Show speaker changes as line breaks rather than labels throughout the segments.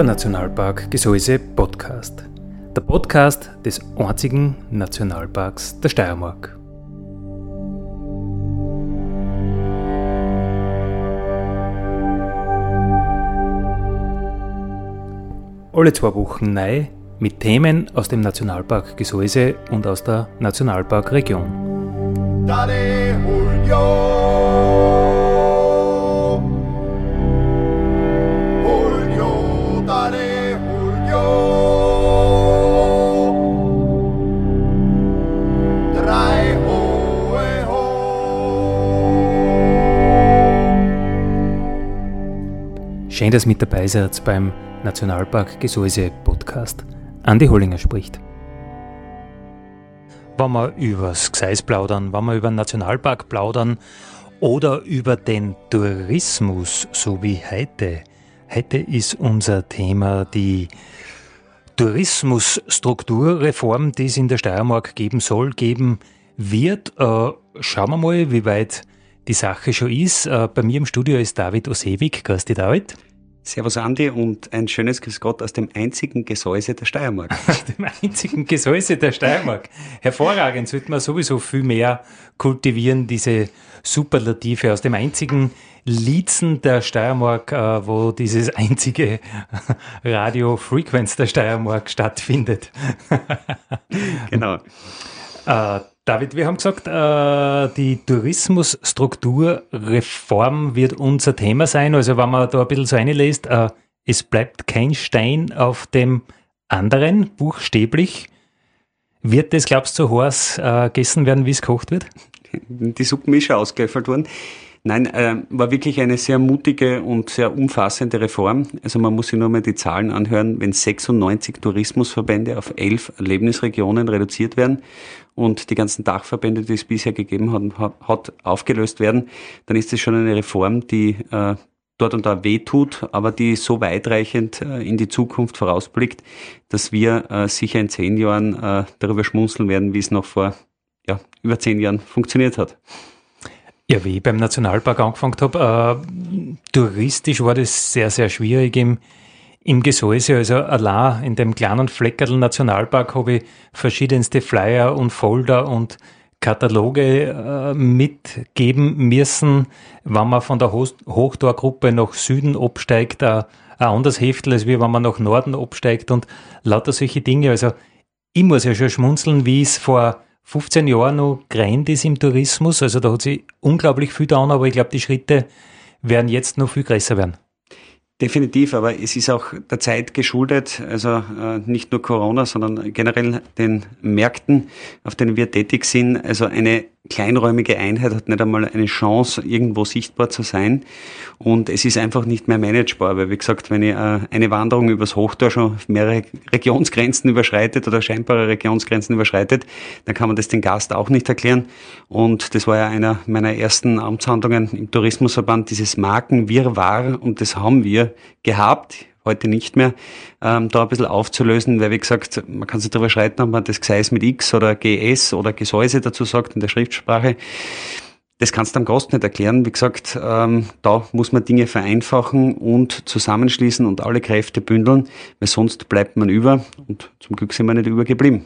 Naturnationalpark Gesäuse Podcast. Der Podcast des einzigen Nationalparks der Steiermark. Alle 2 Wochen neu mit Themen aus dem Nationalpark Gesäuse und aus der Nationalparkregion.
Dale Julio, Julio, dale Julio, drei hohe ho.
Schön, dass ihr mit dabei seid beim Nationalpark Gesäuse Podcast. Andi Hollinger spricht. Wenn wir über das Gseis plaudern, wenn wir über den Nationalpark plaudern oder über den Tourismus, so wie heute. Heute ist unser Thema die Tourismusstrukturreform, die es in der Steiermark geben soll, geben wird. Schauen wir mal, wie weit die Sache schon ist. Bei mir im Studio ist David Osewig. Grüß dich, David.
Servus Andi und ein schönes Grüß Gott aus dem einzigen Gesäuse der Steiermark.
Aus dem einzigen Gesäuse der Steiermark. Hervorragend, sollte man sowieso viel mehr kultivieren, diese Superlative aus dem einzigen Liezen der Steiermark, wo dieses einzige Radio-Frequenz der Steiermark stattfindet.
Genau.
David, wir haben gesagt, die Tourismusstrukturreform wird unser Thema sein. Also wenn man da ein bisschen so reinlässt, es bleibt kein Stein auf dem anderen, buchstäblich. Wird das, glaubst du, so heiß gegessen werden, wie es gekocht wird?
Die Suppen ist schon ausgelöffelt worden. Nein, war wirklich eine sehr mutige und sehr umfassende Reform. Also man muss sich nur mal die Zahlen anhören, wenn 96 Tourismusverbände auf 11 Erlebnisregionen reduziert werden und die ganzen Dachverbände, die es bisher gegeben hat, aufgelöst werden, dann ist das schon eine Reform, die dort und da wehtut, aber die so weitreichend in die Zukunft vorausblickt, dass wir sicher in 10 Jahren darüber schmunzeln werden, wie es noch vor über 10 Jahren funktioniert hat.
Ja, wie ich beim Nationalpark angefangen habe, touristisch war das sehr, sehr schwierig im Gesäuse. Also allein in dem kleinen Fleckerl Nationalpark habe ich verschiedenste Flyer und Folder und Kataloge mitgeben müssen, wenn man von der Hochtorgruppe nach Süden absteigt, ein anderes Heftel, als wie wenn man nach Norden absteigt und lauter solche Dinge. Also ich muss ja schon schmunzeln, wie es vor 15 Jahre noch gerannt ist im Tourismus, also da hat sich unglaublich viel getan, aber ich glaube, die Schritte werden jetzt noch viel größer werden.
Definitiv, aber es ist auch der Zeit geschuldet, also nicht nur Corona, sondern generell den Märkten, auf denen wir tätig sind. Also eine kleinräumige Einheit hat nicht einmal eine Chance, irgendwo sichtbar zu sein, und es ist einfach nicht mehr managebar, weil wie gesagt, wenn ich eine Wanderung übers Hochtor schon mehrere Regionsgrenzen überschreitet oder scheinbare Regionsgrenzen überschreitet, dann kann man das den Gast auch nicht erklären, und das war ja einer meiner ersten Amtshandlungen im Tourismusverband, dieses Markenwirrwarr, und das haben wir gehabt, heute nicht mehr, da ein bisschen aufzulösen, weil wie gesagt, man kann sich darüber streiten, ob man das Gseis mit X oder GS oder Gesäuse dazu sagt in der Schriftsprache. Das kannst du am Gast nicht erklären. Wie gesagt, da muss man Dinge vereinfachen und zusammenschließen und alle Kräfte bündeln, weil sonst bleibt man über, und zum Glück sind wir nicht übergeblieben.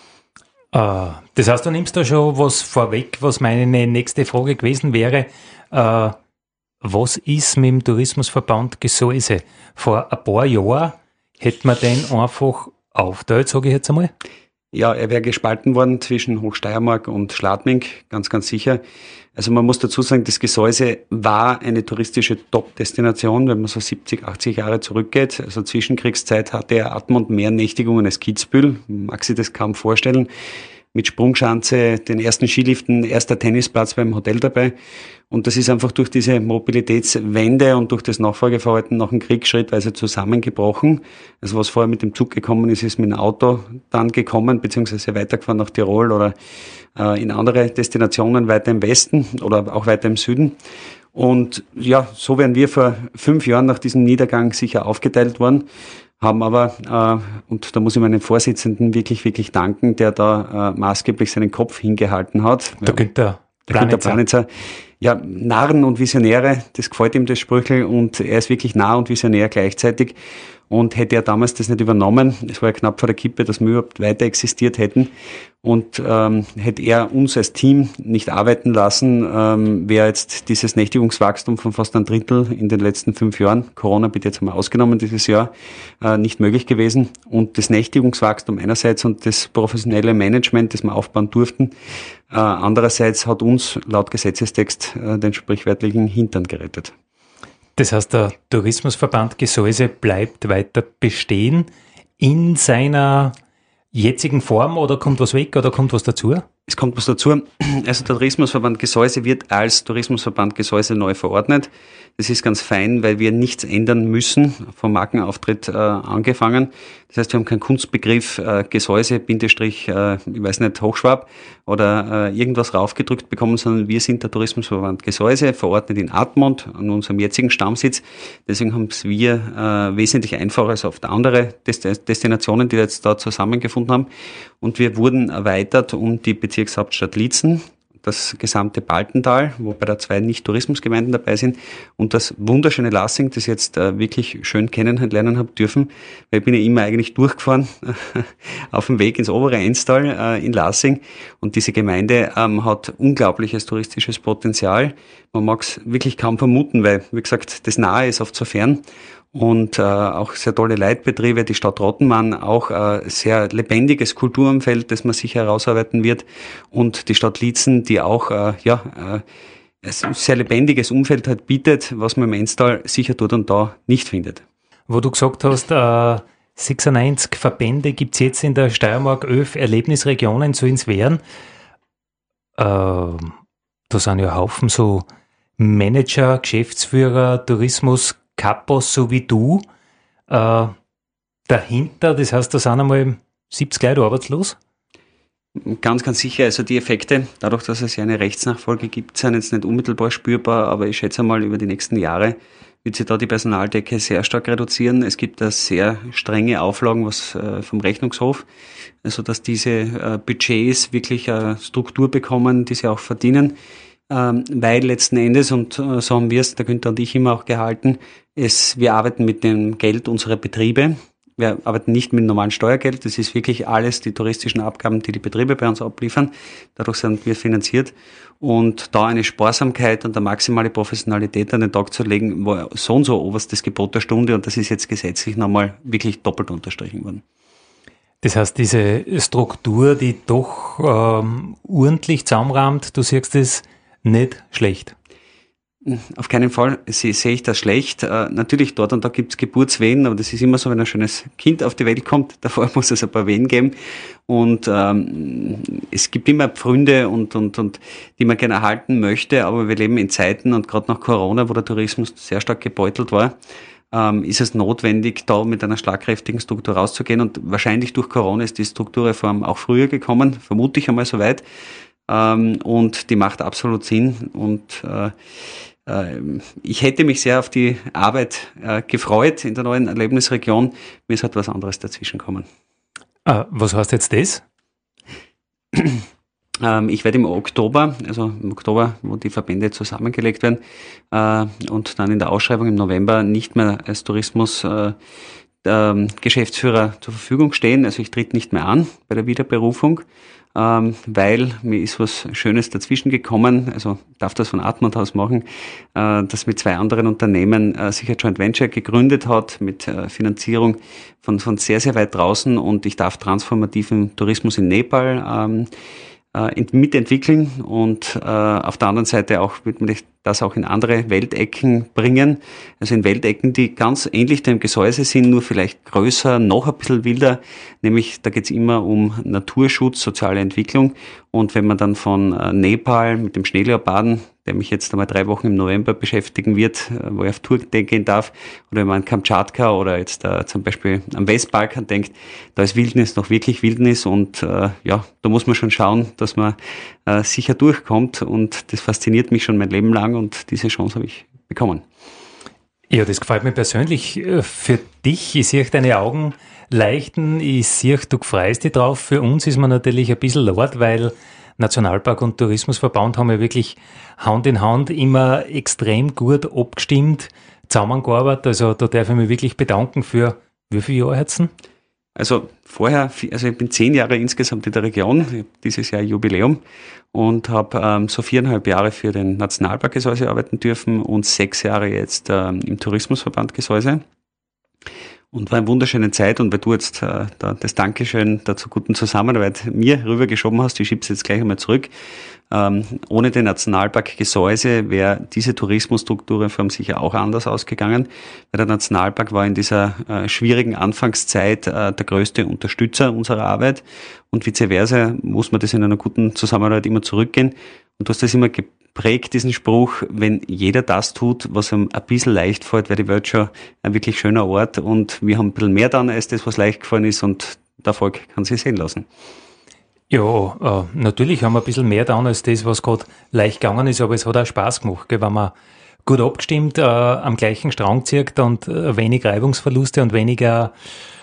Das heißt, du nimmst da schon was vorweg, was meine nächste Frage gewesen wäre. Was ist mit dem Tourismusverband Gesäuse? Vor ein paar Jahren hätte man den einfach aufgeteilt, sage ich jetzt einmal.
Ja, er wäre gespalten worden zwischen Hochsteiermark und Schladming, ganz, ganz sicher. Also man muss dazu sagen, das Gesäuse war eine touristische Top-Destination, wenn man so 70, 80 Jahre zurückgeht. Also Zwischenkriegszeit hatte er Atm- und mehr Nächtigungen als Kitzbühel, mag sich das kaum vorstellen. Mit Sprungschanze, den ersten Skiliften, erster Tennisplatz beim Hotel dabei. Und das ist einfach durch diese Mobilitätswende und durch das Nachfolgeverhalten nach dem Krieg schrittweise zusammengebrochen. Also was vorher mit dem Zug gekommen ist, ist mit dem Auto dann gekommen, beziehungsweise weitergefahren nach Tirol oder in andere Destinationen weiter im Westen oder auch weiter im Süden. Und ja, so wären wir vor 5 Jahren nach diesem Niedergang sicher aufgeteilt worden. Haben aber, und da muss ich meinem Vorsitzenden wirklich, wirklich danken, der da maßgeblich seinen Kopf hingehalten hat.
Der Günther
Planitzer. Ja, Narren und Visionäre, das gefällt ihm, das Sprüchel, und er ist wirklich nah und visionär gleichzeitig. Und hätte er damals das nicht übernommen, es war ja knapp vor der Kippe, dass wir überhaupt weiter existiert hätten, und hätte er uns als Team nicht arbeiten lassen, wäre jetzt dieses Nächtigungswachstum von fast ein Drittel in den letzten 5 Jahren, Corona bitte jetzt mal ausgenommen dieses Jahr, nicht möglich gewesen. Und das Nächtigungswachstum einerseits und das professionelle Management, das wir aufbauen durften, andererseits hat uns laut Gesetzestext den sprichwörtlichen Hintern gerettet.
Das heißt, der Tourismusverband Gesäuse bleibt weiter bestehen in seiner jetzigen Form, oder kommt was weg oder kommt was dazu?
Es kommt was dazu. Also der Tourismusverband Gesäuse wird als Tourismusverband Gesäuse neu verordnet. Das ist ganz fein, weil wir nichts ändern müssen, vom Markenauftritt angefangen. Das heißt, wir haben keinen Kunstbegriff Gesäuse, Bindestrich, ich weiß nicht, Hochschwab oder irgendwas raufgedrückt bekommen, sondern wir sind der Tourismusverband Gesäuse, verordnet in Admont, an unserem jetzigen Stammsitz. Deswegen haben es wir wesentlich einfacher als oft andere Destinationen, die jetzt da zusammengefunden haben. Und wir wurden erweitert um die Bezirkshauptstadt Liezen, das gesamte Baltental, wobei da 2 Nicht-Tourismusgemeinden dabei sind, und das wunderschöne Lassing, das ich jetzt wirklich schön kennenlernen habe dürfen, weil ich bin ja immer eigentlich durchgefahren auf dem Weg ins obere Enstal in Lassing, und diese Gemeinde hat unglaubliches touristisches Potenzial. Man mag es wirklich kaum vermuten, weil, wie gesagt, das Nahe ist oft so fern. Und auch sehr tolle Leitbetriebe, die Stadt Rottenmann, auch sehr lebendiges Kulturumfeld, das man sicher herausarbeiten wird, und die Stadt Liezen, die auch ein sehr lebendiges Umfeld halt bietet, was man im Enstal sicher dort und da nicht findet.
Wo du gesagt hast, 96 Verbände gibt es jetzt in der Steiermark, 11 Erlebnisregionen sollen es werden. Da sind ja Haufen so Manager, Geschäftsführer, Tourismus, Kapos, so wie du, dahinter, das heißt, da sind einmal 70 Leute arbeitslos?
Ganz, ganz sicher. Also die Effekte, dadurch, dass es ja eine Rechtsnachfolge gibt, sind jetzt nicht unmittelbar spürbar, aber ich schätze mal, über die nächsten Jahre wird sich da die Personaldecke sehr stark reduzieren. Es gibt da sehr strenge Auflagen vom Rechnungshof, also dass diese Budgets wirklich eine Struktur bekommen, die sie auch verdienen. Weil letzten Endes, und so haben wir es, der Günther und ich, immer auch gehalten, wir arbeiten mit dem Geld unserer Betriebe. Wir arbeiten nicht mit normalen Steuergeld. Das ist wirklich alles die touristischen Abgaben, die die Betriebe bei uns abliefern. Dadurch sind wir finanziert. Und da eine Sparsamkeit und eine maximale Professionalität an den Tag zu legen, war so und so oberstes Gebot der Stunde. Und das ist jetzt gesetzlich nochmal wirklich doppelt unterstrichen worden.
Das heißt, diese Struktur, die doch ordentlich zusammenrahmt, du siehst es nicht schlecht.
Auf keinen Fall sehe ich das schlecht. Natürlich dort und da gibt es Geburtswehen, aber das ist immer so, wenn ein schönes Kind auf die Welt kommt, davor muss es ein paar Wehen geben. Und es gibt immer Pfründe und die man gerne erhalten möchte, aber wir leben in Zeiten, und gerade nach Corona, wo der Tourismus sehr stark gebeutelt war, ist es notwendig, da mit einer schlagkräftigen Struktur rauszugehen. Und wahrscheinlich durch Corona ist die Strukturreform auch früher gekommen, vermute ich einmal soweit. Und die macht absolut Sinn. Und ich hätte mich sehr auf die Arbeit gefreut in der neuen Erlebnisregion. Mir ist halt was anderes dazwischen gekommen.
Was heißt jetzt das?
Ich werde im Oktober, wo die Verbände zusammengelegt werden, und dann in der Ausschreibung im November nicht mehr als Tourismus-Geschäftsführer zur Verfügung stehen. Also ich trete nicht mehr an bei der Wiederberufung, weil mir ist was Schönes dazwischen gekommen, also darf das von Admont aus machen, das mit 2 anderen Unternehmen sich ein Joint Venture gegründet hat, mit Finanzierung von sehr, sehr weit draußen, und ich darf transformativen Tourismus in Nepal mitentwickeln, und auf der anderen Seite auch wird man das auch in andere Weltecken bringen, also in Weltecken, die ganz ähnlich dem Gesäuse sind, nur vielleicht größer, noch ein bisschen wilder, nämlich da geht's immer um Naturschutz, soziale Entwicklung, und wenn man dann von Nepal mit dem Schneeleoparden, der mich jetzt einmal 3 Wochen im November beschäftigen wird, wo ich auf Tour gehen darf, oder wenn man an Kamtschatka oder jetzt zum Beispiel am Westbalkan denkt, da ist Wildnis noch wirklich Wildnis, und da muss man schon schauen, dass man sicher durchkommt, und das fasziniert mich schon mein Leben lang, und diese Chance habe ich bekommen.
Ja, das gefällt mir persönlich. Für dich, ich sehe deine Augen leuchten, ich sehe, du freust dich drauf. Für uns ist man natürlich ein bisschen laut, weil Nationalpark und Tourismusverband haben ja wirklich Hand in Hand immer extrem gut abgestimmt, zusammengearbeitet. Also da darf ich mich wirklich bedanken für Wie viele Jahre hat's denn?
Also vorher, also ich bin 10 Jahre insgesamt in der Region, ich hab dieses Jahr Jubiläum und habe so 4,5 Jahre für den Nationalpark Gesäuse arbeiten dürfen und 6 Jahre jetzt im Tourismusverband Gesäuse. Und war eine wunderschöne Zeit und weil du jetzt das Dankeschön da zur guten Zusammenarbeit mir rübergeschoben hast, ich schiebe es jetzt gleich einmal zurück. Ohne den Nationalpark Gesäuse wäre diese Tourismusstrukturreform sicher auch anders ausgegangen, weil der Nationalpark war in dieser schwierigen Anfangszeit der größte Unterstützer unserer Arbeit und vice versa muss man das in einer guten Zusammenarbeit immer zurückgehen. Und du hast das immer geprägt, diesen Spruch, wenn jeder das tut, was ihm ein bisschen leicht fällt, wäre die Welt schon ein wirklich schöner Ort und wir haben ein bisschen mehr dann als das, was leicht gefallen ist und der Erfolg kann sich sehen lassen.
Ja, natürlich haben wir ein bisschen mehr da als das, was gerade leicht gegangen ist, aber es hat auch Spaß gemacht, gell, wenn man gut abgestimmt am gleichen Strang zieht und wenig Reibungsverluste und weniger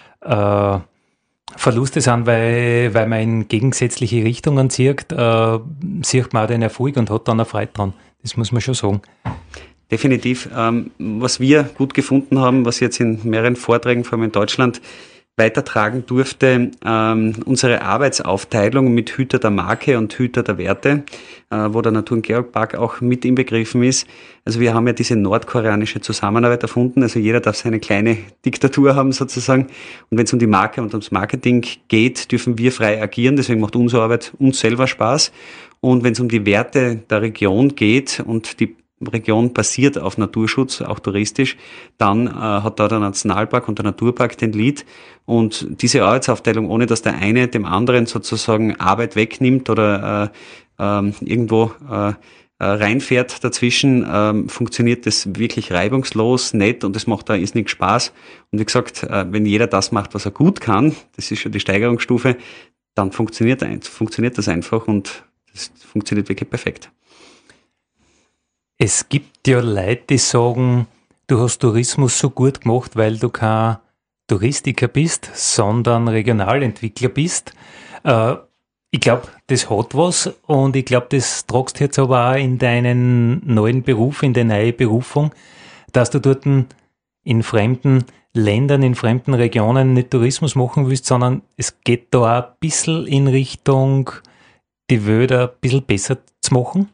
Verluste sind, weil man in gegensätzliche Richtungen zieht, sieht man auch den Erfolg und hat dann eine Freude dran. Das muss man schon sagen.
Definitiv. Was wir gut gefunden haben, was jetzt in mehreren Vorträgen, vor allem in Deutschland, weitertragen durfte, unsere Arbeitsaufteilung mit Hüter der Marke und Hüter der Werte, wo der Natur- und Georgpark auch mit inbegriffen ist. Also wir haben ja diese nordkoreanische Zusammenarbeit erfunden, also jeder darf seine kleine Diktatur haben sozusagen. Und wenn es um die Marke und ums Marketing geht, dürfen wir frei agieren, deswegen macht unsere Arbeit uns selber Spaß. Und wenn es um die Werte der Region geht und die Region basiert auf Naturschutz, auch touristisch, dann hat da der Nationalpark und der Naturpark den Lead. Und diese Arbeitsaufteilung, ohne dass der eine dem anderen sozusagen Arbeit wegnimmt oder irgendwo reinfährt dazwischen, funktioniert das wirklich reibungslos, nett und das macht da irrsinnig Spaß. Und wie gesagt, wenn jeder das macht, was er gut kann, das ist schon die Steigerungsstufe, dann funktioniert das einfach und das funktioniert wirklich perfekt.
Es gibt ja Leute, die sagen, du hast Tourismus so gut gemacht, weil du kein Touristiker bist, sondern Regionalentwickler bist. Ich glaube, das hat was und ich glaube, das tragst du jetzt aber auch in deinen neuen Beruf, in deine neue Berufung, dass du dort in fremden Ländern, in fremden Regionen nicht Tourismus machen willst, sondern es geht da auch ein bisschen in Richtung, die Wälder ein bisschen besser zu machen.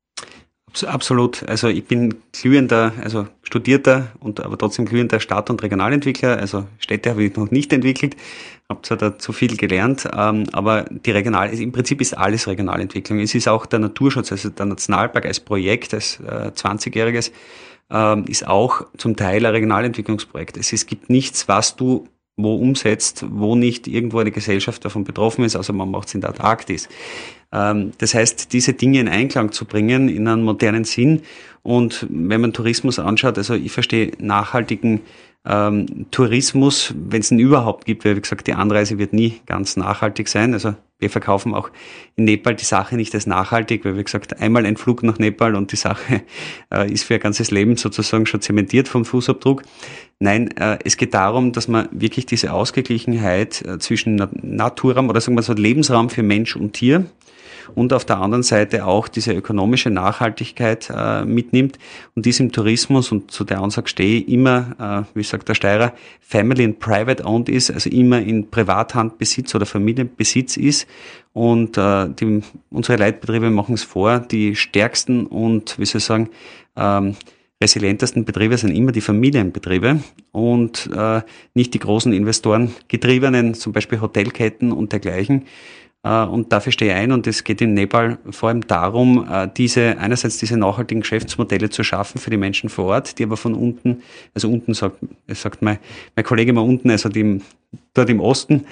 Absolut. Also ich bin glühender, also studierter und aber trotzdem glühender Stadt- und Regionalentwickler. Also Städte habe ich noch nicht entwickelt, habe zwar da zu viel gelernt, aber im Prinzip ist alles Regionalentwicklung. Es ist auch der Naturschutz, also der Nationalpark als Projekt, als 20-jähriges, ist auch zum Teil ein Regionalentwicklungsprojekt. Es gibt nichts, was du wo umsetzt, wo nicht irgendwo eine Gesellschaft davon betroffen ist, also man macht es in der Antarktis. Das heißt, diese Dinge in Einklang zu bringen in einen modernen Sinn. Und wenn man Tourismus anschaut, also ich verstehe nachhaltigen Tourismus, wenn es ihn überhaupt gibt, weil wie gesagt, die Anreise wird nie ganz nachhaltig sein. Also wir verkaufen auch in Nepal die Sache nicht als nachhaltig, weil wie gesagt, einmal ein Flug nach Nepal und die Sache ist für ein ganzes Leben sozusagen schon zementiert vom Fußabdruck. Nein, es geht darum, dass man wirklich diese Ausgeglichenheit zwischen Naturraum oder sagen wir so Lebensraum für Mensch und Tier und auf der anderen Seite auch diese ökonomische Nachhaltigkeit mitnimmt und dies im Tourismus, und zu der Ansage stehe ich, immer, wie sagt der Steirer, Family and Private owned ist, also immer in Privathandbesitz oder Familienbesitz ist. Und unsere Leitbetriebe machen es vor, die stärksten und, wie soll ich sagen, resilientesten Betriebe sind immer die Familienbetriebe und nicht die großen investorengetriebenen, zum Beispiel Hotelketten und dergleichen. Und dafür stehe ich ein, und es geht in Nepal vor allem darum, einerseits diese nachhaltigen Geschäftsmodelle zu schaffen für die Menschen vor Ort, die aber von unten, also unten sagt mein Kollege mal unten, also dort im Osten,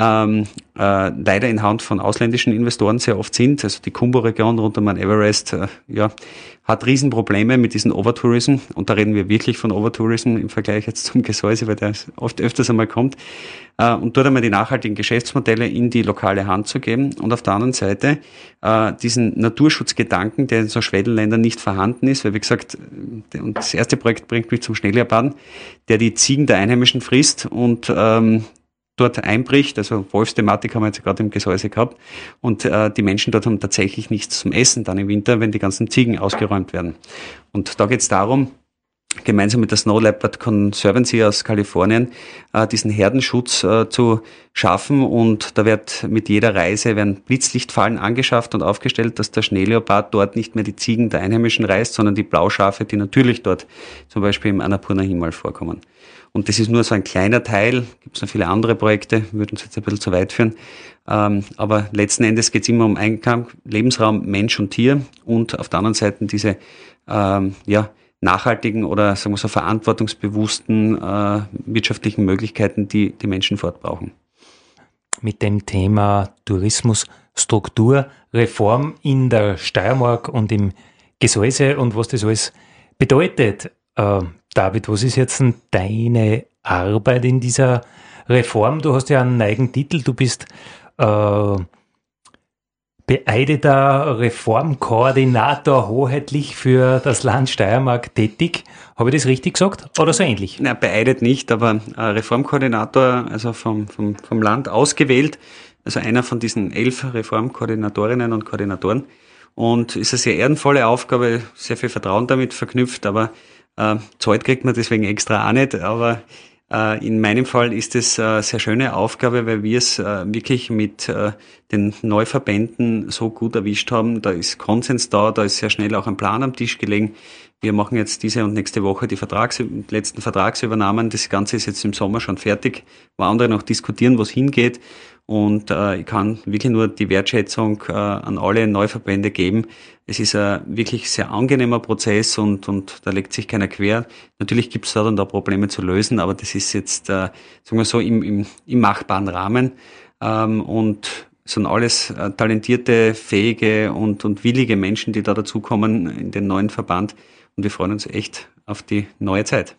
leider in Hand von ausländischen Investoren sehr oft sind. Also die Khumbu-Region rund um den Everest, hat Riesenprobleme mit diesem Overtourism, und da reden wir wirklich von Overtourism im Vergleich jetzt zum Gesäuse, weil der oft öfters einmal kommt. Und dort einmal die nachhaltigen Geschäftsmodelle in die lokale Hand zu geben und auf der anderen Seite diesen Naturschutzgedanken, der in so Schwellenländern nicht vorhanden ist, weil wie gesagt, und das erste Projekt bringt mich zum Schnelljapan, der die Ziegen der Einheimischen frisst und dort einbricht, also Wolfsthematik haben wir jetzt gerade im Gesäuse gehabt, und die Menschen dort haben tatsächlich nichts zum Essen dann im Winter, wenn die ganzen Ziegen ausgeräumt werden. Und da geht es darum, gemeinsam mit der Snow Leopard Conservancy aus Kalifornien diesen Herdenschutz zu schaffen, und da mit jeder Reise werden Blitzlichtfallen angeschafft und aufgestellt, dass der Schneeleopard dort nicht mehr die Ziegen der Einheimischen reißt, sondern die Blauschafe, die natürlich dort zum Beispiel im Annapurna-Himal vorkommen. Und das ist nur so ein kleiner Teil, gibt es noch viele andere Projekte, würden uns jetzt ein bisschen zu weit führen. Aber letzten Endes geht es immer um Einklang, Lebensraum, Mensch und Tier, und auf der anderen Seite diese nachhaltigen oder sagen wir so verantwortungsbewussten wirtschaftlichen Möglichkeiten, die die Menschen fortbrauchen.
Mit dem Thema Tourismusstrukturreform in der Steiermark und im Gesäuse und was das alles bedeutet. David, was ist jetzt denn deine Arbeit in dieser Reform? Du hast ja einen eigenen Titel, du bist beeideter Reformkoordinator hoheitlich für das Land Steiermark tätig. Habe ich das richtig gesagt? Oder so ähnlich?
Na, beeidet nicht, aber Reformkoordinator, also vom Land ausgewählt, also einer von diesen 11 Reformkoordinatorinnen und Koordinatoren. Und ist eine sehr ehrenvolle Aufgabe, sehr viel Vertrauen damit verknüpft, aber Zeit kriegt man deswegen extra auch nicht, aber in meinem Fall ist es eine sehr schöne Aufgabe, weil wir es wirklich mit den Neuverbänden so gut erwischt haben. Da ist Konsens da ist sehr schnell auch ein Plan am Tisch gelegen. Wir machen jetzt diese und nächste Woche die letzten Vertragsübernahmen. Das Ganze ist jetzt im Sommer schon fertig, wo andere noch diskutieren, wo es hingeht. Und ich kann wirklich nur die Wertschätzung an alle Neuverbände geben. Es ist ein wirklich sehr angenehmer Prozess und da legt sich keiner quer. Natürlich gibt es da dann Probleme zu lösen, aber das ist jetzt, sagen wir so, im machbaren Rahmen. Und es sind alles talentierte, fähige und willige Menschen, die da dazukommen in den neuen Verband. Und wir freuen uns echt auf die neue Zeit.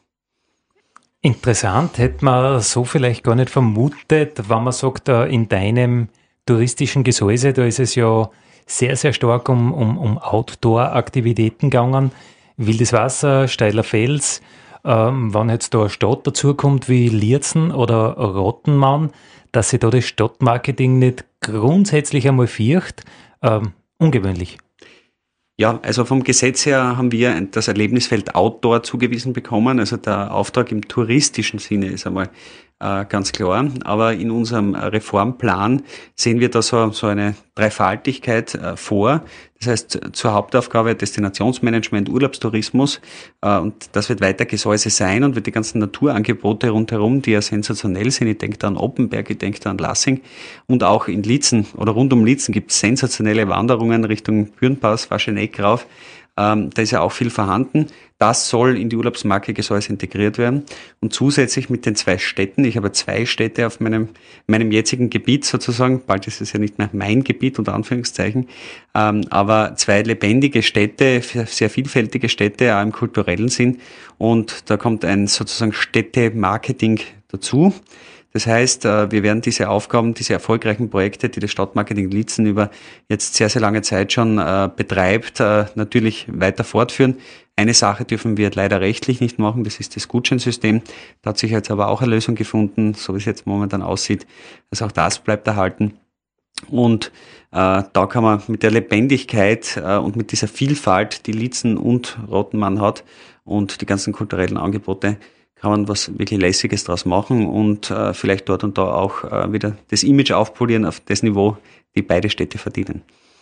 Interessant, hätte man so vielleicht gar nicht vermutet, wenn man sagt, in deinem touristischen Gesäuse, da ist es ja sehr, sehr stark um Outdoor-Aktivitäten gegangen. Wildes Wasser, steiler Fels, wenn jetzt da eine Stadt dazukommt wie Lierzen oder Rottenmann, dass sich da das Stadtmarketing nicht grundsätzlich einmal fürcht, ungewöhnlich.
Ja, also vom Gesetz her haben wir das Erlebnisfeld Outdoor zugewiesen bekommen. Also der Auftrag im touristischen Sinne ist einmal ganz klar. Aber in unserem Reformplan sehen wir da so eine Dreifaltigkeit vor. Das heißt, zur Hauptaufgabe Destinationsmanagement, Urlaubstourismus. Und das wird weiter Gesäuse sein und wird die ganzen Naturangebote rundherum, die ja sensationell sind. Ich denke da an Oppenberg, ich denke da an Lassing. Und auch in Lietzen oder rund um Lietzen gibt es sensationelle Wanderungen Richtung Bürnpass, Wascheneck rauf. Da ist ja auch viel vorhanden. Das soll in die Urlaubsmarke Gesäuse integriert werden. Und zusätzlich mit den 2 Städten, ich habe 2 Städte auf meinem jetzigen Gebiet sozusagen, bald ist es ja nicht mehr mein Gebiet, unter Anführungszeichen, aber 2 lebendige Städte, sehr vielfältige Städte, auch im kulturellen Sinn. Und da kommt ein sozusagen Städtemarketing dazu. Das heißt, wir werden diese Aufgaben, diese erfolgreichen Projekte, die das Stadtmarketing Lietzen über jetzt sehr, sehr lange Zeit schon betreibt, natürlich weiter fortführen. Eine Sache dürfen wir leider rechtlich nicht machen, das ist das Gutscheinsystem. Da hat sich jetzt aber auch eine Lösung gefunden, so wie es jetzt momentan aussieht. Also auch das bleibt erhalten. Und da kann man mit der Lebendigkeit und mit dieser Vielfalt, die Lietzen und Rottenmann hat und die ganzen kulturellen Angebote, kann man was wirklich Lässiges draus machen und vielleicht dort und da auch wieder das Image aufpolieren auf das Niveau, die beide Städte verdienen.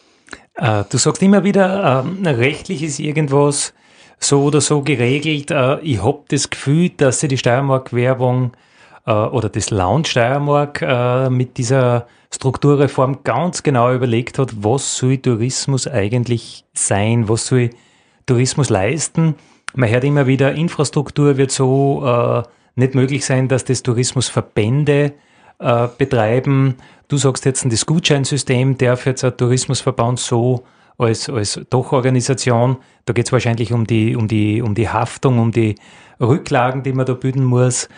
Du sagst immer wieder, rechtlich ist irgendwas so oder so geregelt. Ich habe das Gefühl, dass sich die Steiermark-Werbung oder das Land Steiermark mit dieser Strukturreform ganz genau überlegt hat, was soll Tourismus eigentlich sein, was soll Tourismus leisten. Man hört immer wieder, Infrastruktur wird so nicht möglich sein, dass das Tourismusverbände betreiben. Du sagst jetzt, das Gutscheinsystem darf jetzt ein Tourismusverband so als Doch-Organisation, da geht es wahrscheinlich um die Haftung, um die Rücklagen, die man da bilden muss.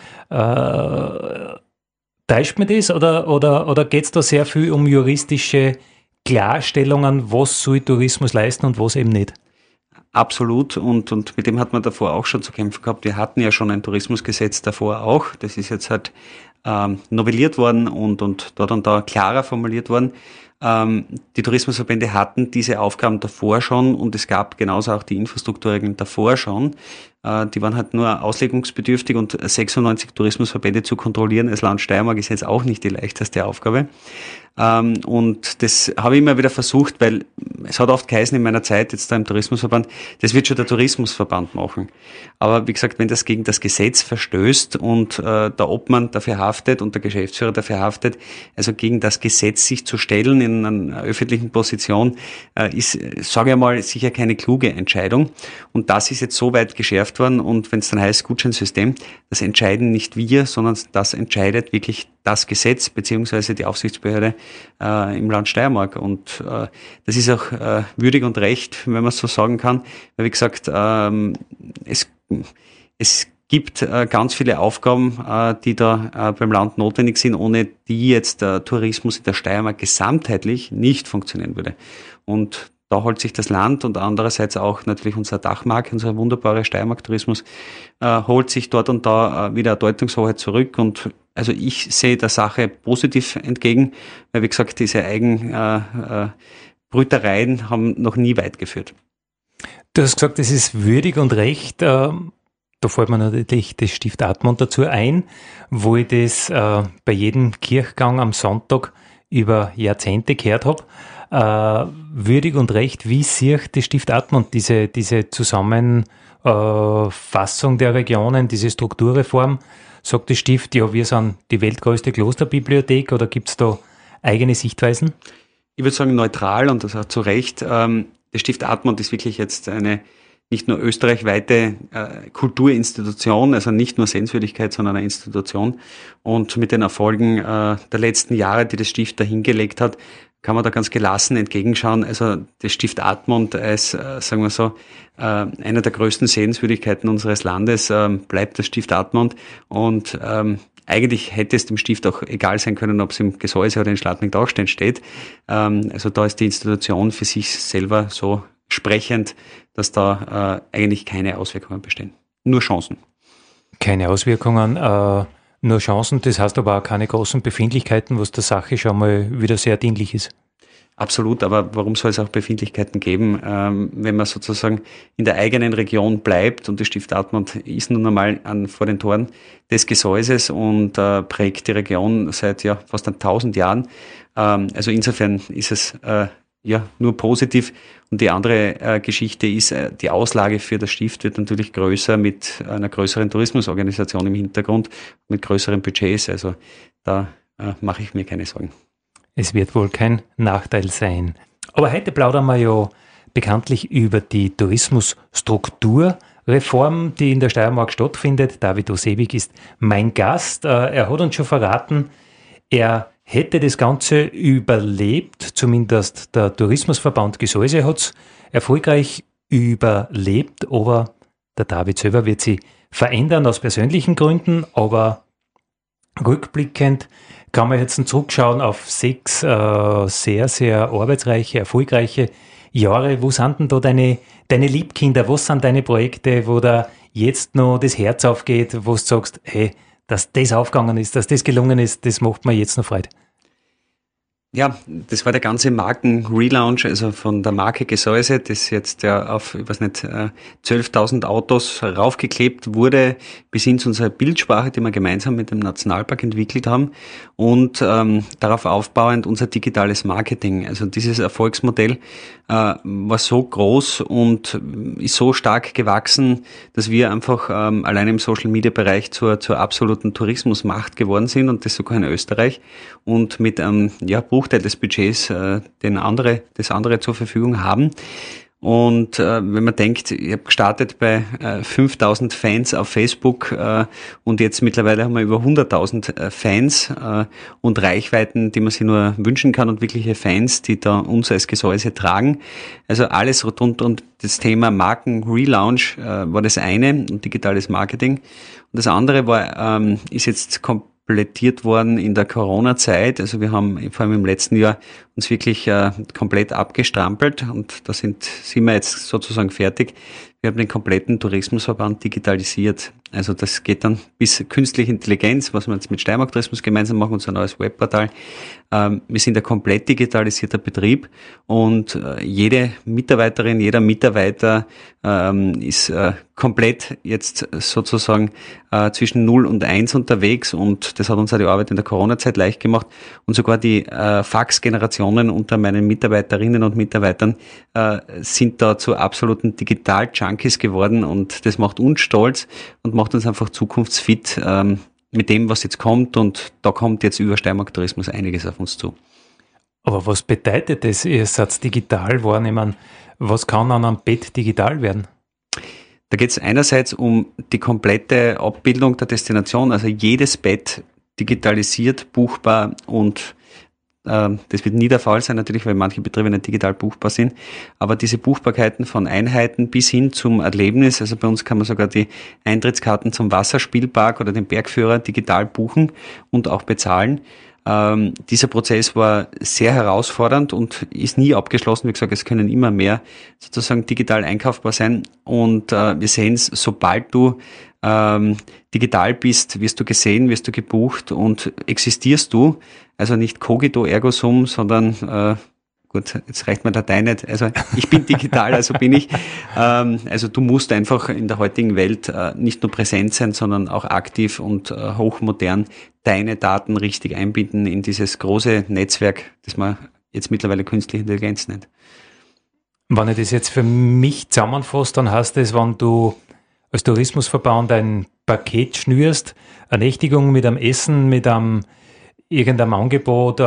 Täuscht mir das oder geht es da sehr viel um juristische Klarstellungen, was soll Tourismus leisten und was eben nicht?
Absolut und mit dem hat man davor auch schon zu kämpfen gehabt. Wir hatten ja schon ein Tourismusgesetz davor auch. Das ist jetzt halt novelliert worden und dort und da klarer formuliert worden. Die Tourismusverbände hatten diese Aufgaben davor schon und es gab genauso auch die Infrastrukturregeln davor schon. Die waren halt nur auslegungsbedürftig und 96 Tourismusverbände zu kontrollieren als Land Steiermark ist jetzt auch nicht die leichteste Aufgabe. Und das habe ich immer wieder versucht, weil es hat oft geheißen in meiner Zeit jetzt da im Tourismusverband, das wird schon der Tourismusverband machen. Aber wie gesagt, wenn das gegen das Gesetz verstößt und der Obmann dafür haftet und der Geschäftsführer dafür haftet, also gegen das Gesetz sich zu stellen in einer öffentlichen Position, ist, sage ich mal, sicher keine kluge Entscheidung. Und das ist jetzt so weit geschärft worden und wenn es dann heißt Gutscheinsystem, das entscheiden nicht wir, sondern das entscheidet wirklich das Gesetz beziehungsweise die Aufsichtsbehörde im Land Steiermark. Und das ist auch würdig und recht, wenn man es so sagen kann. Weil wie gesagt, es gibt ganz viele Aufgaben, die da beim Land notwendig sind, ohne die jetzt der Tourismus in der Steiermark gesamtheitlich nicht funktionieren würde. Und da holt sich das Land und andererseits auch natürlich unser Dachmarke, unser wunderbarer Steiermark-Tourismus, holt sich dort und da wieder eine Deutungshoheit zurück. Und also ich sehe der Sache positiv entgegen, weil wie gesagt, diese Eigenbrütereien haben noch nie weit geführt.
Du hast gesagt, es ist würdig und recht. Da fällt mir natürlich das Stift Admont dazu ein, wo ich das bei jedem Kirchgang am Sonntag über Jahrzehnte gehört habe. Würdig und recht, wie sieht das Stift Admont diese Zusammenfassung der Regionen, diese Strukturreform? Sagt das Stift, ja, wir sind die weltgrößte Klosterbibliothek oder gibt es da eigene Sichtweisen?
Ich würde sagen neutral und das auch zu Recht. Das Stift Admont ist wirklich jetzt eine nicht nur österreichweite Kulturinstitution, also nicht nur Sehenswürdigkeit, sondern eine Institution. Und mit den Erfolgen der letzten Jahre, die das Stift da hingelegt hat, kann man da ganz gelassen entgegenschauen. Also das Stift Admont als, sagen wir so, einer der größten Sehenswürdigkeiten unseres Landes bleibt das Stift Admont. Und eigentlich hätte es dem Stift auch egal sein können, ob es im Gesäuse oder in Schladming-Dachstein steht. Also da ist die Institution für sich selber so sprechend, dass da eigentlich keine Auswirkungen bestehen. Nur Chancen.
Keine Auswirkungen, nur Chancen, das heißt aber auch keine großen Befindlichkeiten, was der Sache schon mal wieder sehr dienlich ist.
Absolut, aber warum soll es auch Befindlichkeiten geben, wenn man sozusagen in der eigenen Region bleibt und das Stift Admont ist nun einmal vor den Toren des Gesäuses und prägt die Region seit fast 1000 Jahren. Also insofern ist es nur positiv. Und die andere Geschichte ist, die Auslage für das Stift wird natürlich größer mit einer größeren Tourismusorganisation im Hintergrund, mit größeren Budgets. Also da mache ich mir keine Sorgen.
Es wird wohl kein Nachteil sein. Aber heute plaudern wir ja bekanntlich über die Tourismusstrukturreform, die in der Steiermark stattfindet. David Osewig ist mein Gast. Er hat uns schon verraten, er hätte das Ganze überlebt, zumindest der Tourismusverband Gesäuse hat es erfolgreich überlebt, aber der David selber wird sich verändern aus persönlichen Gründen, aber rückblickend kann man jetzt zurückschauen auf 6 sehr, sehr arbeitsreiche, erfolgreiche Jahre. Wo sind denn da deine Liebkinder? Was sind deine Projekte, wo da jetzt noch das Herz aufgeht, wo du sagst, hey, dass das aufgegangen ist, dass das gelungen ist, das macht mir jetzt noch Freude.
Ja, das war der ganze Marken-Relaunch, also von der Marke Gesäuse, das jetzt auf, 12.000 Autos raufgeklebt wurde, bis hin zu unserer Bildsprache, die wir gemeinsam mit dem Nationalpark entwickelt haben und darauf aufbauend unser digitales Marketing. Also dieses Erfolgsmodell war so groß und ist so stark gewachsen, dass wir einfach allein im Social-Media-Bereich zur absoluten Tourismusmacht geworden sind und das sogar in Österreich und mit Bruchteil des Budgets, das andere zur Verfügung haben. Und wenn man denkt, ich habe gestartet bei 5.000 Fans auf Facebook und jetzt mittlerweile haben wir über 100.000 Fans und Reichweiten, die man sich nur wünschen kann und wirkliche Fans, die da uns als Gesäuse tragen. Also alles rund um das Thema Marken-Relaunch war das eine und digitales Marketing. Und das andere ist jetzt komplettiert worden in der Corona-Zeit. Also wir haben vor allem im letzten Jahr uns wirklich komplett abgestrampelt und da sind wir jetzt sozusagen fertig. Wir haben den kompletten Tourismusverband digitalisiert. Also das geht dann bis künstliche Intelligenz, was wir jetzt mit Steiermark Tourismus gemeinsam machen, unser neues Webportal. Wir sind ein komplett digitalisierter Betrieb und jede Mitarbeiterin, jeder Mitarbeiter ist komplett jetzt sozusagen zwischen 0 und 1 unterwegs und das hat uns auch die Arbeit in der Corona-Zeit leicht gemacht und sogar die Fax-Generationen unter meinen Mitarbeiterinnen und Mitarbeitern sind da zu absoluten Digital-Junkies geworden und das macht uns stolz und macht uns einfach zukunftsfit mit dem, was jetzt kommt und da kommt jetzt über Steiermark Tourismus einiges auf uns zu.
Aber was bedeutet das, ihr seid digital wahrnehmen? Was kann an einem Bett digital werden?
Da geht es einerseits um die komplette Abbildung der Destination, also jedes Bett digitalisiert, buchbar und das wird nie der Fall sein natürlich, weil manche Betriebe nicht digital buchbar sind, aber diese Buchbarkeiten von Einheiten bis hin zum Erlebnis, also bei uns kann man sogar die Eintrittskarten zum Wasserspielpark oder den Bergführer digital buchen und auch bezahlen. Dieser Prozess war sehr herausfordernd und ist nie abgeschlossen. Wie gesagt, es können immer mehr sozusagen digital einkaufbar sein und wir sehen es, sobald du digital bist, wirst du gesehen, wirst du gebucht und existierst du. Also nicht cogito ergo sum, sondern gut, jetzt reicht mir Datei nicht. Also ich bin digital, also bin ich. Also du musst einfach in der heutigen Welt nicht nur präsent sein, sondern auch aktiv und hochmodern deine Daten richtig einbinden in dieses große Netzwerk, das man jetzt mittlerweile künstliche Intelligenz nennt.
Wenn ich das jetzt für mich zusammenfasse, dann heißt es, wenn du als Tourismusverband ein Paket schnürst, eine Nächtigung mit einem Essen, mit einem irgendeinem Angebot,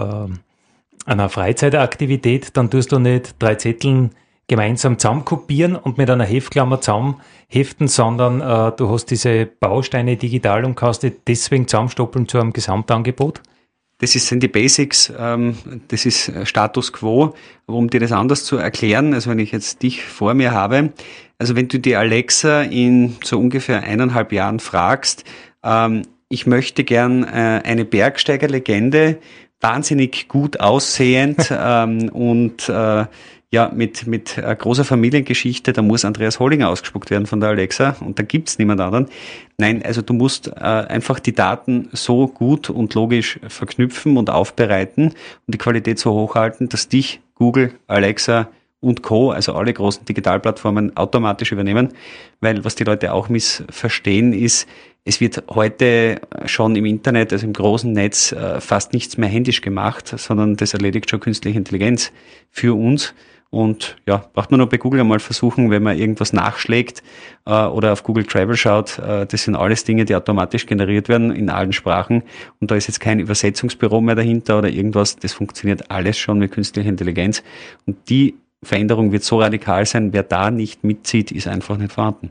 einer Freizeitaktivität, dann tust du nicht 3 Zetteln gemeinsam zusammenkopieren und mit einer Heftklammer zusammenheften, sondern du hast diese Bausteine digital und kannst die deswegen zusammenstoppeln zu einem Gesamtangebot?
Das sind die Basics, das ist Status Quo. Um dir das anders zu erklären, also wenn ich jetzt dich vor mir habe, also wenn du die Alexa in so ungefähr 1,5 Jahren fragst, ich möchte gern eine Bergsteigerlegende, wahnsinnig gut aussehend und ja, mit großer Familiengeschichte, da muss Andreas Hollinger ausgespuckt werden von der Alexa und da gibt's niemand anderen. Nein, also du musst einfach die Daten so gut und logisch verknüpfen und aufbereiten und die Qualität so hochhalten, dass dich Google, Alexa und Co., also alle großen Digitalplattformen automatisch übernehmen, weil was die Leute auch missverstehen ist, es wird heute schon im Internet, also im großen Netz, fast nichts mehr händisch gemacht, sondern das erledigt schon künstliche Intelligenz für uns. Und ja, braucht man nur bei Google einmal versuchen, wenn man irgendwas nachschlägt oder auf Google Travel schaut, das sind alles Dinge, die automatisch generiert werden in allen Sprachen. Und da ist jetzt kein Übersetzungsbüro mehr dahinter oder irgendwas, das funktioniert alles schon mit künstlicher Intelligenz. Und die Veränderung wird so radikal sein, wer da nicht mitzieht, ist einfach nicht vorhanden.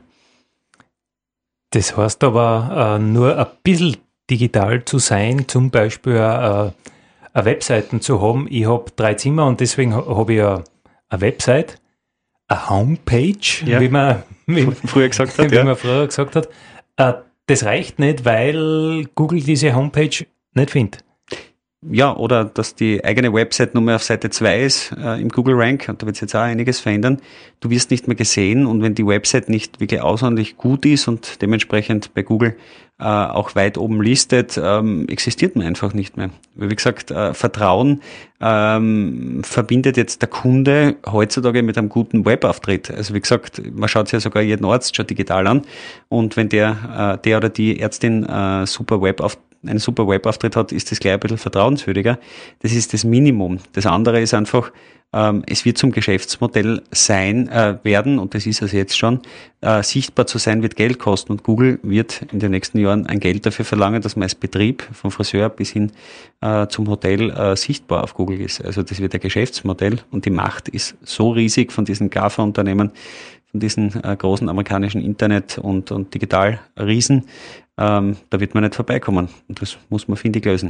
Das heißt aber, nur ein bisschen digital zu sein, zum Beispiel eine Webseiten zu haben. Ich habe 3 Zimmer und deswegen habe ich eine Website, eine Homepage,
ja,
wie man
früher gesagt hat.
Wie man früher gesagt hat. Das reicht nicht, weil Google diese Homepage nicht findet.
Ja, oder dass die eigene Website nur mehr auf Seite 2 ist im Google Rank, und da wird sich jetzt auch einiges verändern. Du wirst nicht mehr gesehen und wenn die Website nicht wirklich außerordentlich gut ist und dementsprechend bei Google auch weit oben listet, existiert man einfach nicht mehr. Weil wie gesagt, Vertrauen verbindet jetzt der Kunde heutzutage mit einem guten Webauftritt. Also wie gesagt, man schaut sich ja sogar jeden Arzt schon digital an und wenn der oder die Ärztin einen super Webauftritt hat, ist das gleich ein bisschen vertrauenswürdiger. Das ist das Minimum. Das andere ist einfach, es wird zum Geschäftsmodell werden, und das ist es jetzt schon, sichtbar zu sein wird Geld kosten und Google wird in den nächsten Jahren ein Geld dafür verlangen, dass man als Betrieb vom Friseur bis hin zum Hotel sichtbar auf Google ist. Also das wird ein Geschäftsmodell und die Macht ist so riesig von diesen GAFA-Unternehmen, von diesen großen amerikanischen Internet- und Digitalriesen, da wird man nicht vorbeikommen. Und das muss man, finde ich, lösen.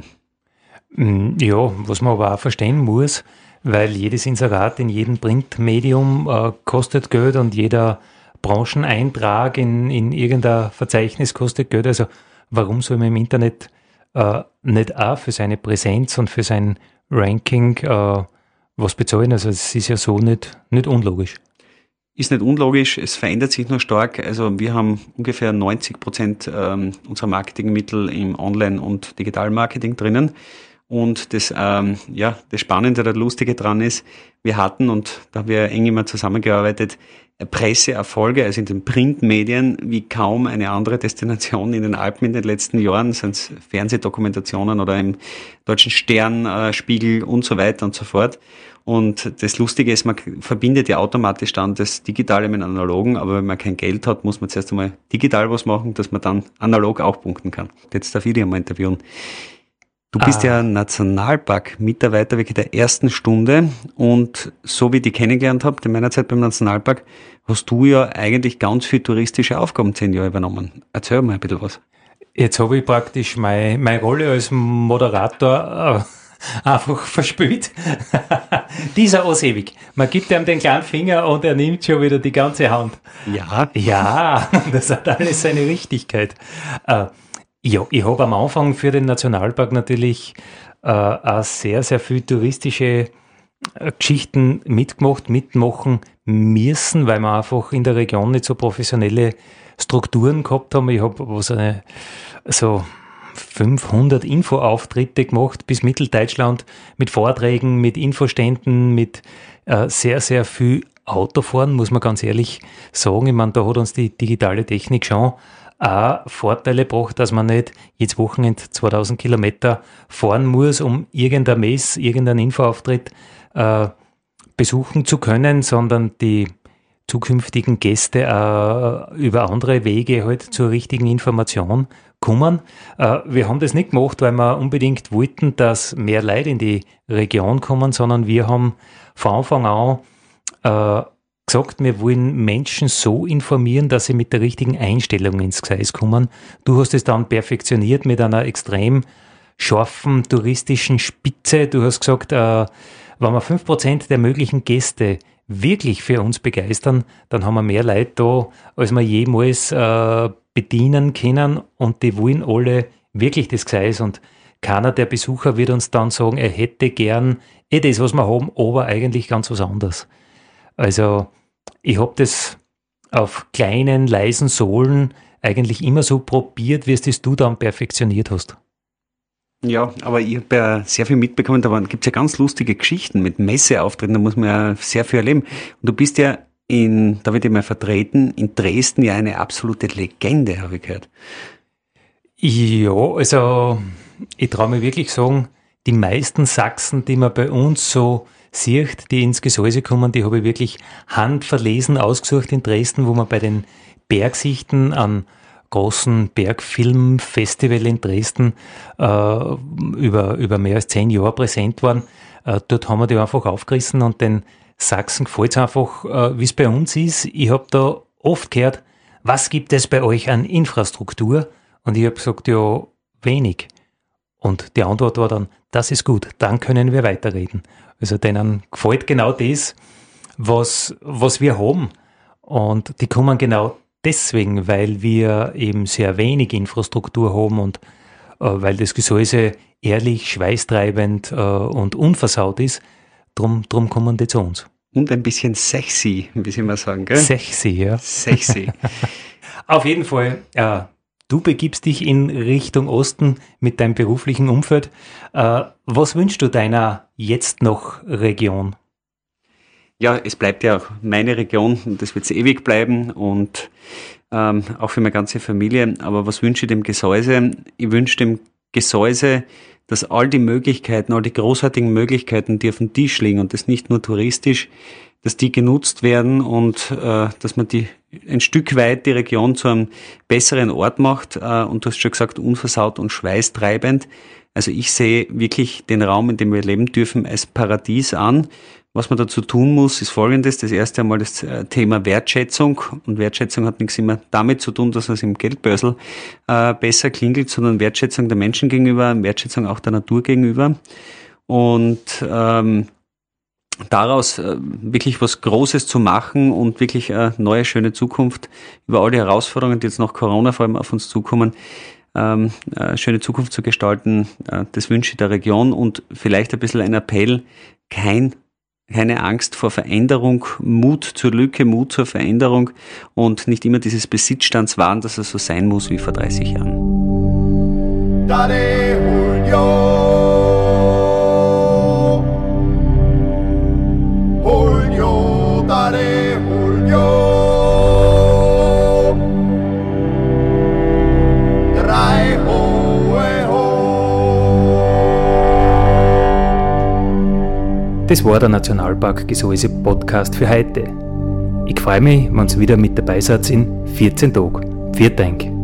Ja, was man aber auch verstehen muss, weil jedes Inserat in jedem Printmedium kostet Geld und jeder Brancheneintrag in irgendein Verzeichnis kostet Geld. Also warum soll man im Internet nicht auch für seine Präsenz und für sein Ranking was bezahlen. Also es ist ja so nicht unlogisch.
Ist nicht unlogisch, es verändert sich nur stark. Also wir haben ungefähr 90% unserer Marketingmittel im Online- und Digitalmarketing drinnen. Und das Spannende oder Lustige dran ist, wir hatten, und da haben wir eng immer zusammengearbeitet, Presseerfolge, also in den Printmedien, wie kaum eine andere Destination in den Alpen in den letzten Jahren, sind es Fernsehdokumentationen oder im Deutschen Stern, Spiegel und so weiter und so fort. Und das Lustige ist, man verbindet ja automatisch dann das Digitale mit Analogen, aber wenn man kein Geld hat, muss man zuerst einmal digital was machen, dass man dann analog auch punkten kann. Jetzt darf ich dich einmal interviewen. Du bist ja Nationalpark-Mitarbeiter wirklich der ersten Stunde, und so wie ich dich kennengelernt habe, in meiner Zeit beim Nationalpark, hast du ja eigentlich ganz viele touristische Aufgaben 10 Jahre übernommen. Erzähl mal ein bisschen was.
Jetzt habe ich praktisch meine Rolle als Moderator einfach verspielt. Dieser Ausewig. Man gibt ihm den kleinen Finger und er nimmt schon wieder die ganze Hand. Ja, das hat alles seine Richtigkeit. Ja, ich habe am Anfang für den Nationalpark natürlich auch sehr, sehr viel touristische Geschichten mitmachen müssen, weil wir einfach in der Region nicht so professionelle Strukturen gehabt haben. Ich habe so 500 Infoauftritte gemacht bis Mitteldeutschland mit Vorträgen, mit Infoständen, mit sehr, sehr viel Autofahren, muss man ganz ehrlich sagen. Ich meine, da hat uns die digitale Technik schon auch Vorteile gebracht, dass man nicht jedes Wochenende 2000 Kilometer fahren muss, um irgendein Mess, irgendeinen Infoauftritt besuchen zu können, sondern die zukünftigen Gäste über andere Wege halt zur richtigen Information kommen. Wir haben das nicht gemacht, weil wir unbedingt wollten, dass mehr Leute in die Region kommen, sondern wir haben von Anfang an gesagt, wir wollen Menschen so informieren, dass sie mit der richtigen Einstellung ins Gleis kommen. Du hast es dann perfektioniert mit einer extrem scharfen touristischen Spitze. Du hast gesagt, wenn wir 5% der möglichen Gäste wirklich für uns begeistern, dann haben wir mehr Leute da, als wir jemals bedienen können, und die wollen alle wirklich das Gleis, und keiner der Besucher wird uns dann sagen, er hätte gern das, was wir haben, aber eigentlich ganz was anderes. Also ich habe das auf kleinen, leisen Sohlen eigentlich immer so probiert, wie es das du dann perfektioniert hast.
Ja, aber ich habe ja sehr viel mitbekommen, da gibt es ja ganz lustige Geschichten mit Messeauftritten, da muss man ja sehr viel erleben. Und du bist ja da wird ich mal vertreten, in Dresden ja eine absolute Legende, habe ich gehört.
Ja, also ich traue mir wirklich sagen, die meisten Sachsen, die man bei uns so sieht, die ins Gesäuse kommen, die habe ich wirklich handverlesen ausgesucht in Dresden, wo man bei den Bergsichten an großen Bergfilmfestival in Dresden über mehr als 10 Jahre präsent waren. Dort haben wir die einfach aufgerissen, und den Sachsen gefällt es einfach, wie es bei uns ist. Ich habe da oft gehört, was gibt es bei euch an Infrastruktur? Und ich habe gesagt, ja, wenig. Und die Antwort war dann, das ist gut, dann können wir weiterreden. Also denen gefällt genau das, was wir haben. Und die kommen genau deswegen, weil wir eben sehr wenig Infrastruktur haben und weil das Gesäuse ehrlich, schweißtreibend und unversaut ist. Drum kommen die zu uns.
Und ein bisschen sexy, wie Sie mal sagen, gell?
Sexy, ja.
Sexy.
Auf jeden Fall, du begibst dich in Richtung Osten mit deinem beruflichen Umfeld. Was wünschst du deiner jetzt noch Region?
Ja, es bleibt ja auch meine Region, und das wird es ewig bleiben, und auch für meine ganze Familie. Aber was wünsche ich dem Gesäuse? Ich wünsche dem Gesäuse, dass all die Möglichkeiten, all die großartigen Möglichkeiten, die auf dem Tisch liegen, und das nicht nur touristisch, dass die genutzt werden, und dass man ein Stück weit die Region zu einem besseren Ort macht. Und du hast schon gesagt, unversaut und schweißtreibend. Also ich sehe wirklich den Raum, in dem wir leben dürfen, als Paradies an. Was man dazu tun muss, ist Folgendes. Das erste einmal das Thema Wertschätzung. Und Wertschätzung hat nichts immer damit zu tun, dass es im Geldbörsel besser klingelt, sondern Wertschätzung der Menschen gegenüber, Wertschätzung auch der Natur gegenüber. Und daraus wirklich was Großes zu machen und wirklich eine neue, schöne Zukunft über all die Herausforderungen, die jetzt nach Corona vor allem auf uns zukommen, eine schöne Zukunft zu gestalten. Das wünsche ich der Region und vielleicht ein bisschen ein Appell, keine Angst vor Veränderung, Mut zur Lücke, Mut zur Veränderung und nicht immer dieses Besitzstandswahn, dass es so sein muss wie vor 30 Jahren.
Dare Julio, Julio, dare Julio, drei hohe ho.
Das war der Nationalpark Gesäuse Podcast für heute. Ich freue mich, wenn ihr wieder mit dabei seid in 14 Tagen. Vielen Dank.